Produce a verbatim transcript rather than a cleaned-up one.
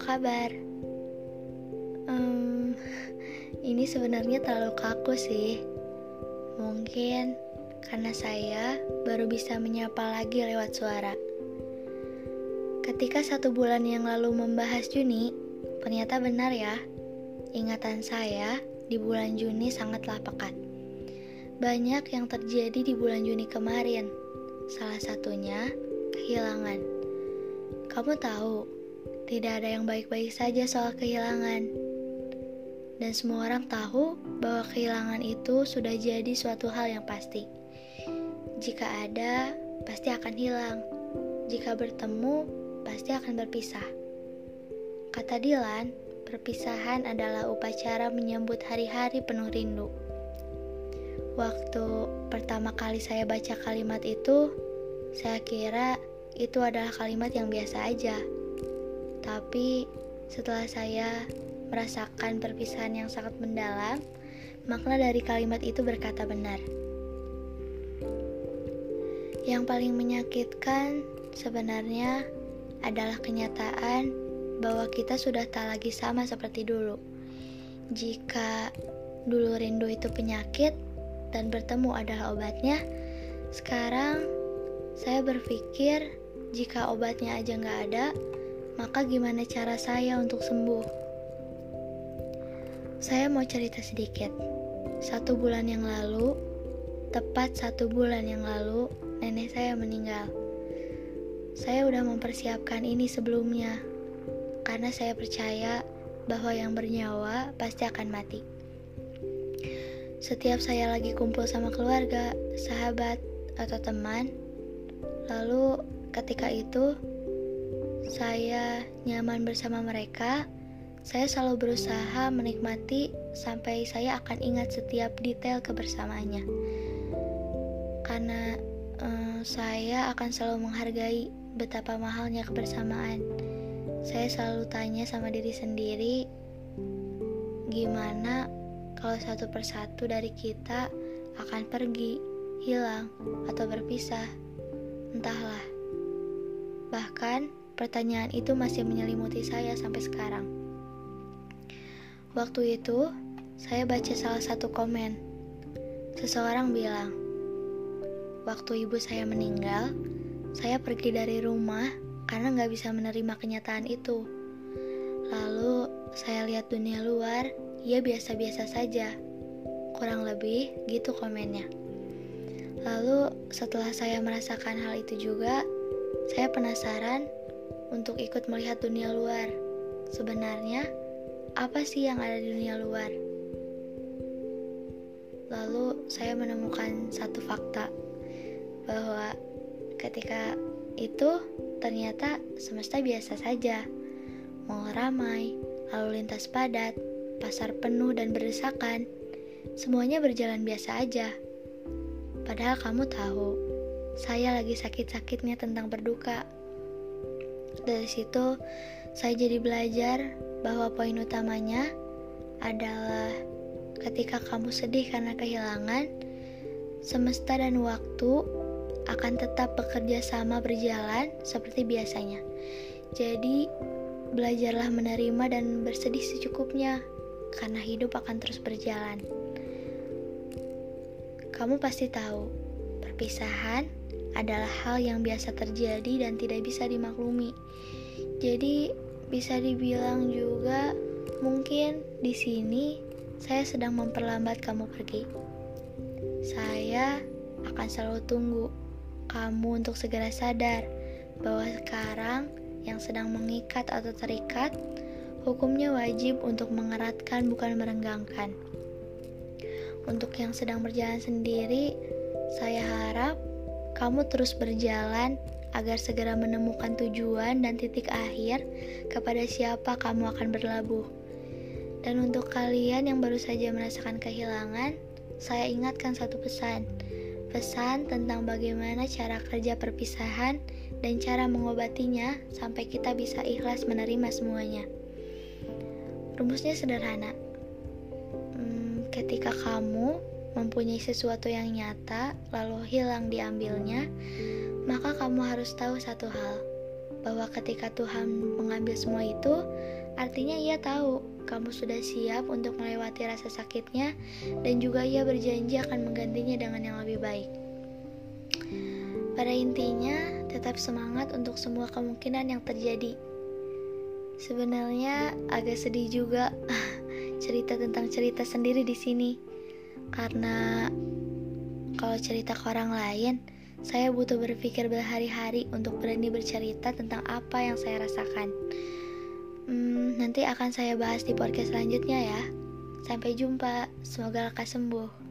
kabar? Hmm, ini sebenarnya terlalu kaku sih. Mungkin karena saya baru bisa menyapa lagi lewat suara. Ketika satu bulan yang lalu membahas Juni, ternyata benar ya. Ingatan saya di bulan Juni sangatlah pekat. Banyak yang terjadi di bulan Juni kemarin. Salah satunya kehilangan. Kamu tahu, tidak ada yang baik-baik saja soal kehilangan. Dan semua orang tahu bahwa kehilangan itu sudah jadi suatu hal yang pasti. Jika ada, pasti akan hilang. Jika bertemu, pasti akan berpisah. Kata Dilan, perpisahan adalah upacara menyambut hari-hari penuh rindu. Waktu pertama kali saya baca kalimat itu, saya kira itu adalah kalimat yang biasa aja. Tapi setelah saya merasakan perpisahan yang sangat mendalam, makna dari kalimat itu berkata benar. Yang paling menyakitkan sebenarnya adalah kenyataan bahwa kita sudah tak lagi sama seperti dulu. Jika dulu rindu itu penyakit dan bertemu adalah obatnya, sekarang saya berpikir jika obatnya aja nggak ada, maka gimana cara saya untuk sembuh? Saya mau cerita sedikit. Satu bulan yang lalu, tepat satu bulan yang lalu, nenek saya meninggal. Saya udah mempersiapkan ini sebelumnya, karena saya percaya bahwa yang bernyawa pasti akan mati. Setiap saya lagi kumpul sama keluarga, sahabat, atau teman, lalu ketika itu saya nyaman bersama mereka, saya selalu berusaha menikmati sampai saya akan ingat setiap detail kebersamaannya. Karena eh, saya akan selalu menghargai betapa mahalnya kebersamaan. Saya selalu tanya sama diri sendiri, gimana kalau satu persatu dari kita akan pergi, hilang, atau berpisah? Entahlah. Bahkan, pertanyaan itu masih menyelimuti saya sampai sekarang. Waktu itu, saya baca salah satu komen. Seseorang bilang, waktu ibu saya meninggal, saya pergi dari rumah karena gak bisa menerima kenyataan itu. Lalu, saya lihat dunia luar, ya biasa-biasa saja. Kurang lebih, gitu komennya. Lalu, setelah saya merasakan hal itu juga, saya penasaran untuk ikut melihat dunia luar. Sebenarnya, apa sih yang ada di dunia luar? Lalu, saya menemukan satu fakta, bahwa ketika itu, ternyata semesta biasa saja. Mal ramai, lalu lintas padat, pasar penuh dan berdesakan, semuanya berjalan biasa aja. Padahal kamu tahu, saya lagi sakit-sakitnya tentang berduka. Dari situ, saya jadi belajar bahwa poin utamanya adalah ketika kamu sedih karena kehilangan, semesta dan waktu akan tetap bekerja sama berjalan seperti biasanya. Jadi, belajarlah menerima dan bersedih secukupnya, karena hidup akan terus berjalan. Kamu pasti tahu, perpisahan adalah hal yang biasa terjadi dan tidak bisa dimaklumi. Jadi, bisa dibilang juga mungkin di sini saya sedang memperlambat kamu pergi. Saya akan selalu tunggu kamu untuk segera sadar bahwa sekarang yang sedang mengikat atau terikat, hukumnya wajib untuk mengeratkan bukan merenggangkan. Untuk yang sedang berjalan sendiri, saya harap kamu terus berjalan agar segera menemukan tujuan dan titik akhir kepada siapa kamu akan berlabuh. Dan untuk kalian yang baru saja merasakan kehilangan, saya ingatkan satu pesan. Pesan tentang bagaimana cara kerja perpisahan dan cara mengobatinya sampai kita bisa ikhlas menerima semuanya. Rumusnya sederhana. Hmm, ketika kamu mempunyai sesuatu yang nyata lalu hilang diambilnya, maka kamu harus tahu satu hal, bahwa ketika Tuhan mengambil semua itu, artinya Ia tahu kamu sudah siap untuk melewati rasa sakitnya, dan juga Ia berjanji akan menggantinya dengan yang lebih baik. Pada intinya, tetap semangat untuk semua kemungkinan yang terjadi. Sebenarnya agak sedih juga cerita tentang cerita sendiri di sini, karena kalau cerita ke orang lain, saya butuh berpikir berhari-hari untuk berani bercerita tentang apa yang saya rasakan. Hmm, nanti akan saya bahas di podcast selanjutnya ya. Sampai jumpa, semoga lekas sembuh.